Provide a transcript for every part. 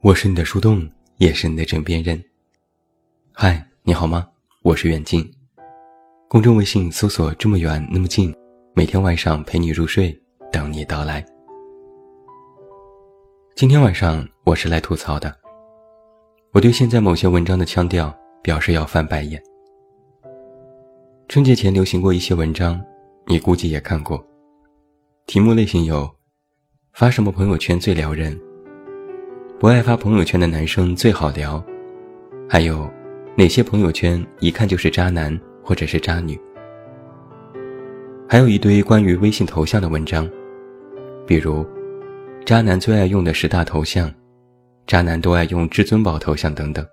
我是你的树洞，也是你的枕边人。嗨，你好吗？我是远近。公众微信搜索这么远那么近，每天晚上陪你入睡，等你到来。今天晚上我是来吐槽的。我对现在某些文章的腔调表示要翻白眼。春节前流行过一些文章，你估计也看过。题目类型有：发什么朋友圈最撩人？不爱发朋友圈的男生最好聊，还有哪些朋友圈一看就是渣男或者是渣女。还有一堆关于微信头像的文章，比如渣男最爱用的10大头像，渣男都爱用至尊宝头像等等。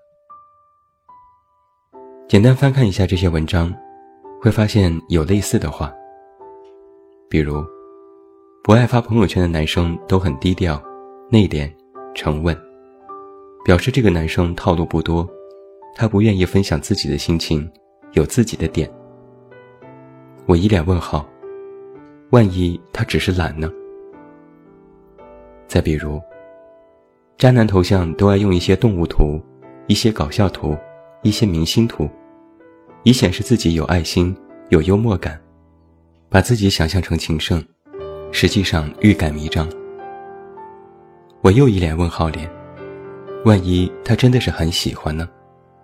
简单翻看一下这些文章，会发现有类似的话，比如不爱发朋友圈的男生都很低调、内敛、沉稳，表示这个男生套路不多，他不愿意分享自己的心情，有自己的点。我一脸问号，万一他只是懒呢？再比如渣男头像都爱用一些动物图，一些搞笑图，一些明星图，以显示自己有爱心，有幽默感，把自己想象成情圣，实际上欲盖弥彰。我又一脸问号脸，万一他真的是很喜欢呢？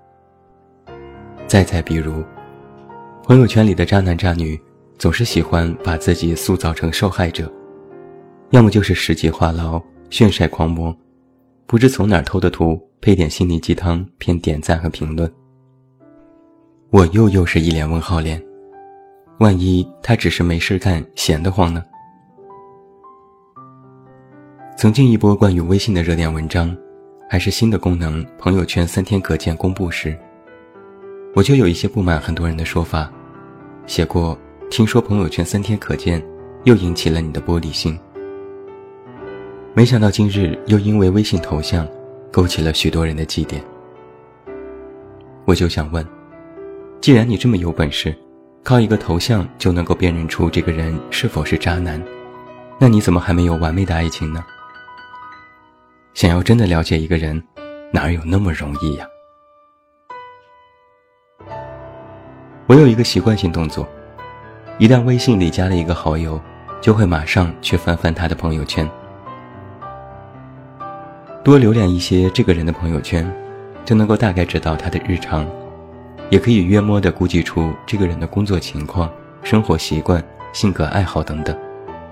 再比如朋友圈里的渣男渣女总是喜欢把自己塑造成受害者，要么就是10级话痨、炫晒狂魔，不知从哪儿偷的图，配点心灵鸡汤骗点赞和评论。我又是一脸问号脸，万一他只是没事干，闲得慌呢？曾经一波关于微信的热点文章，还是新的功能朋友圈3天可见公布时，我就有一些不满很多人的说法，写过听说朋友圈3天可见又引起了你的玻璃心。没想到今日又因为微信头像勾起了许多人的祭点。我就想问，既然你这么有本事，靠一个头像就能够辨认出这个人是否是渣男，那你怎么还没有完美的爱情呢？想要真的了解一个人，哪有那么容易呀？我有一个习惯性动作，一旦微信里加了一个好友，就会马上去翻翻他的朋友圈。多浏览一些这个人的朋友圈，就能够大概知道他的日常，也可以约摸地估计出这个人的工作情况、生活习惯、性格爱好等等。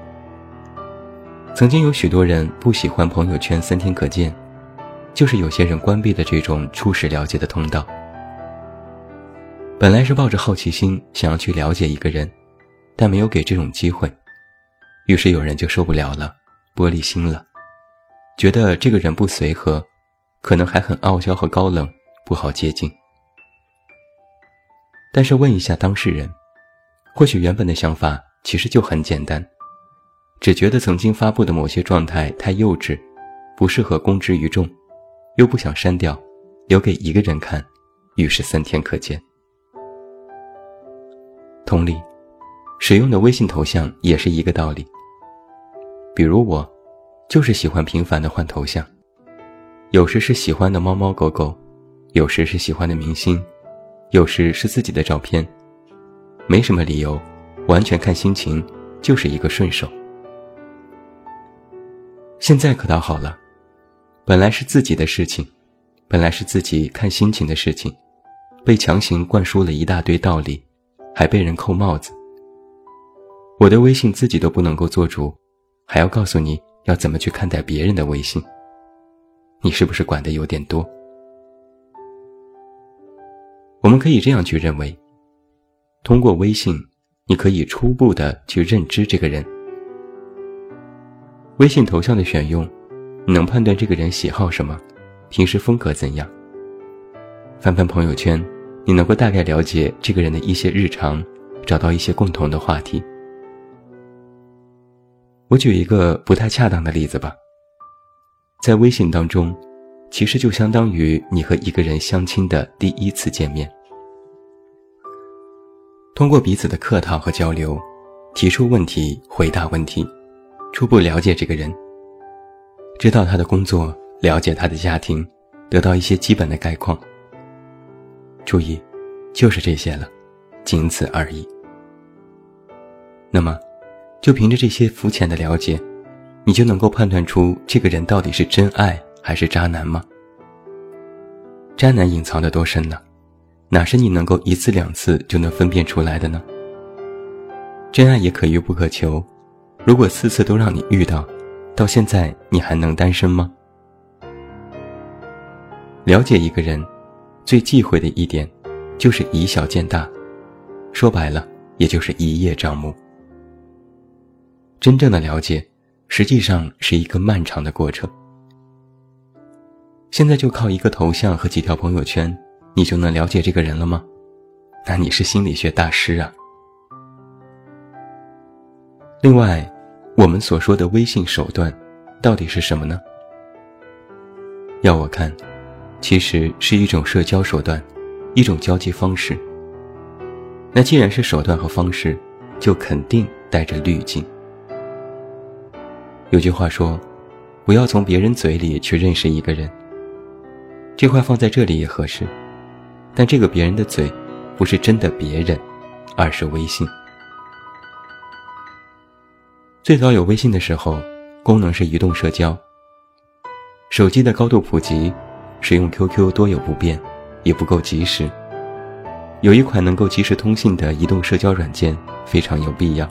曾经有许多人不喜欢朋友圈3天可见，就是有些人关闭了这种初始了解的通道。本来是抱着好奇心想要去了解一个人，但没有给这种机会，于是有人就受不了了，玻璃心了，觉得这个人不随和，可能还很傲娇和高冷，不好接近。但是问一下当事人，或许原本的想法其实就很简单，只觉得曾经发布的某些状态太幼稚，不适合公之于众，又不想删掉，留给一个人看，于是3天可见。同理，使用的微信头像也是一个道理。比如我就是喜欢频繁地换头像，有时是喜欢的猫猫狗狗，有时是喜欢的明星，有时是自己的照片，没什么理由，完全看心情，就是一个顺手。现在可倒好了，本来是自己的事情，本来是自己看心情的事情，被强行灌输了一大堆道理，还被人扣帽子。我的微信自己都不能够做主，还要告诉你要怎么去看待别人的微信，你是不是管得有点多？我们可以这样去认为，通过微信，你可以初步的去认知这个人。微信头像的选用，你能判断这个人喜好什么，平时风格怎样。翻翻朋友圈，你能够大概了解这个人的一些日常，找到一些共同的话题。我举一个不太恰当的例子吧，在微信当中，其实就相当于你和一个人相亲的第一次见面。通过彼此的客套和交流，提出问题，回答问题，初步了解这个人，知道他的工作、 了解他的家庭，得到一些基本的概况。注意，就是这些了，仅此而已。那么，就凭着这些肤浅的了解，你就能够判断出这个人到底是真爱还是渣男吗？渣男隐藏得多深呢？哪是你能够一次两次就能分辨出来的呢？真爱也可遇不可求，如果次次都让你遇到，到现在你还能单身吗？了解一个人，最忌讳的一点就是以小见大，说白了，也就是一叶障目。真正的了解，实际上是一个漫长的过程。现在就靠一个头像和几条朋友圈，你就能了解这个人了吗？那你是心理学大师啊。另外，我们所说的微信手段到底是什么呢？要我看，其实是一种社交手段，一种交际方式。那既然是手段和方式，就肯定带着滤镜。有句话说，不要从别人嘴里去认识一个人。这话放在这里也合适，但这个别人的嘴不是真的别人，而是微信。最早有微信的时候，功能是移动社交。手机的高度普及，使用 QQ 多有不便，也不够及时。有一款能够及时通信的移动社交软件非常有必要。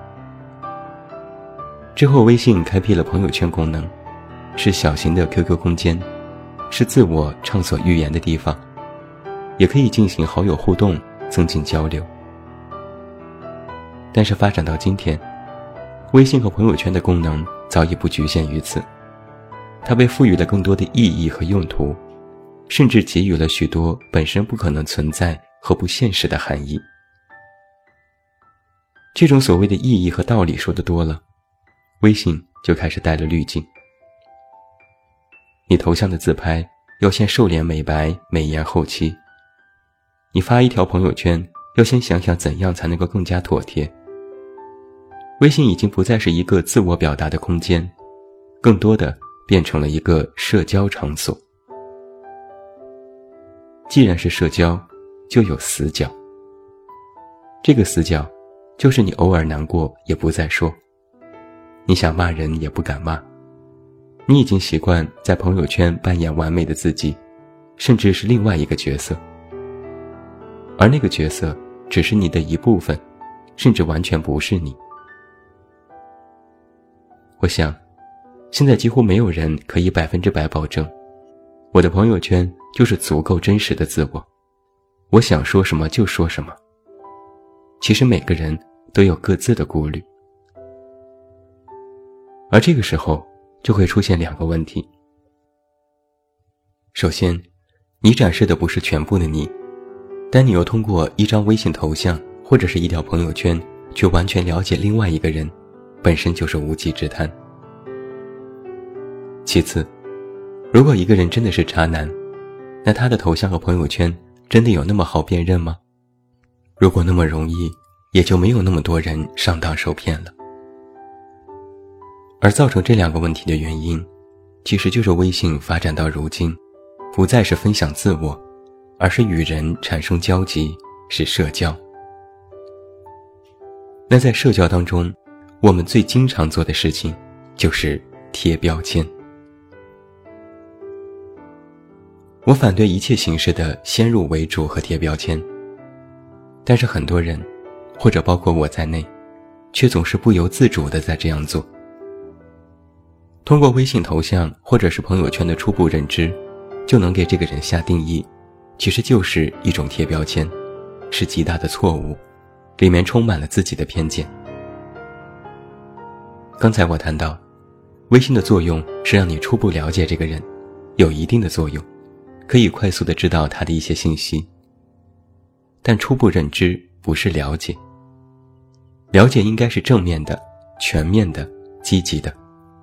之后微信开辟了朋友圈功能，是小型的 QQ 空间，是自我畅所欲言的地方，也可以进行好友互动，增进交流。但是发展到今天，微信和朋友圈的功能早已不局限于此，它被赋予了更多的意义和用途，甚至给予了许多本身不可能存在和不现实的含义。这种所谓的意义和道理说得多了，微信就开始带了滤镜。你头像的自拍要先瘦脸美白，美颜后期。你发一条朋友圈要先想想怎样才能够更加妥帖。微信已经不再是一个自我表达的空间，更多的变成了一个社交场所。既然是社交，就有死角。这个死角就是你偶尔难过也不再说，你想骂人也不敢骂，你已经习惯在朋友圈扮演完美的自己，甚至是另外一个角色，而那个角色只是你的一部分，甚至完全不是你。我想现在几乎没有人可以100%保证我的朋友圈就是足够真实的自我，我想说什么就说什么。其实每个人都有各自的顾虑，而这个时候就会出现两个问题。首先，你展示的不是全部的你，但你又通过一张微信头像或者是一条朋友圈去完全了解另外一个人，本身就是无稽之谈。其次，如果一个人真的是渣男，那他的头像和朋友圈真的有那么好辨认吗？如果那么容易，也就没有那么多人上当受骗了。而造成这两个问题的原因，其实就是微信发展到如今，不再是分享自我，而是与人产生交集，是社交。那在社交当中，我们最经常做的事情就是贴标签。我反对一切形式的先入为主和贴标签，但是很多人，或者包括我在内，却总是不由自主地在这样做。通过微信头像或者是朋友圈的初步认知，就能给这个人下定义，其实就是一种贴标签，是极大的错误，里面充满了自己的偏见。刚才我谈到，微信的作用是让你初步了解这个人，有一定的作用，可以快速地知道他的一些信息。但初步认知不是了解，了解应该是正面的、全面的、积极的。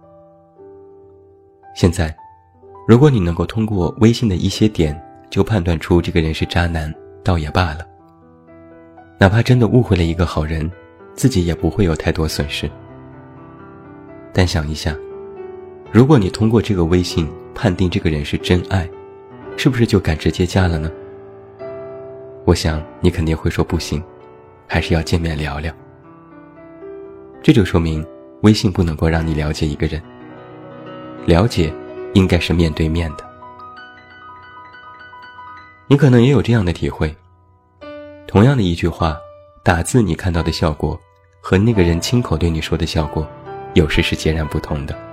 现在，如果你能够通过微信的一些点就判断出这个人是渣男，倒也罢了。哪怕真的误会了一个好人，自己也不会有太多损失。但想一下，如果你通过这个微信判定这个人是真爱，是不是就敢直接加了呢？我想你肯定会说不行，还是要见面聊聊。这就说明微信不能够让你了解一个人，了解应该是面对面的。你可能也有这样的体会，同样的一句话，打字你看到的效果和那个人亲口对你说的效果有时是截然不同的。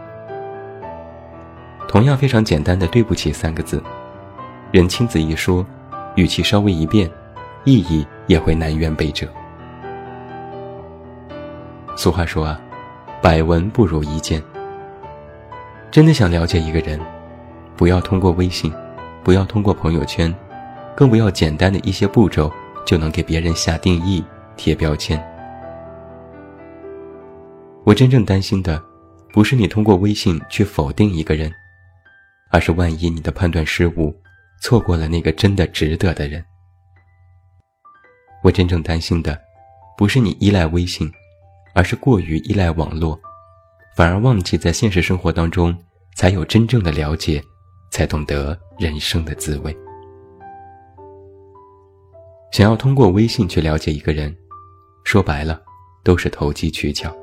同样非常简单的对不起3个字，人亲自一说，语气稍微一变，意义也会南辕北辙。俗话说啊，百闻不如一见。真的想了解一个人，不要通过微信，不要通过朋友圈，更不要简单的一些步骤就能给别人下定义、贴标签。我真正担心的，不是你通过微信去否定一个人，而是万一你的判断失误，错过了那个真的值得的人。我真正担心的，不是你依赖微信，而是过于依赖网络，反而忘记在现实生活当中才有真正的了解，才懂得人生的滋味。想要通过微信去了解一个人，说白了都是投机取巧。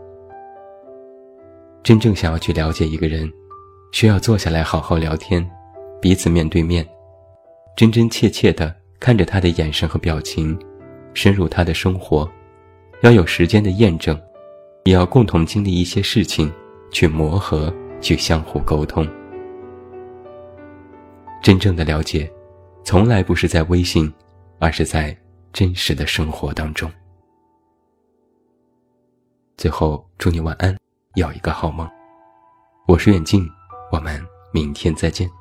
真正想要去了解一个人，需要坐下来好好聊天，彼此面对面，真真切切地看着他的眼神和表情，深入他的生活，要有时间的验证，也要共同经历一些事情，去磨合，去相互沟通。真正的了解，从来不是在微信，而是在真实的生活当中。最后，祝你晚安，有一个好梦。我是远近，我们明天再见。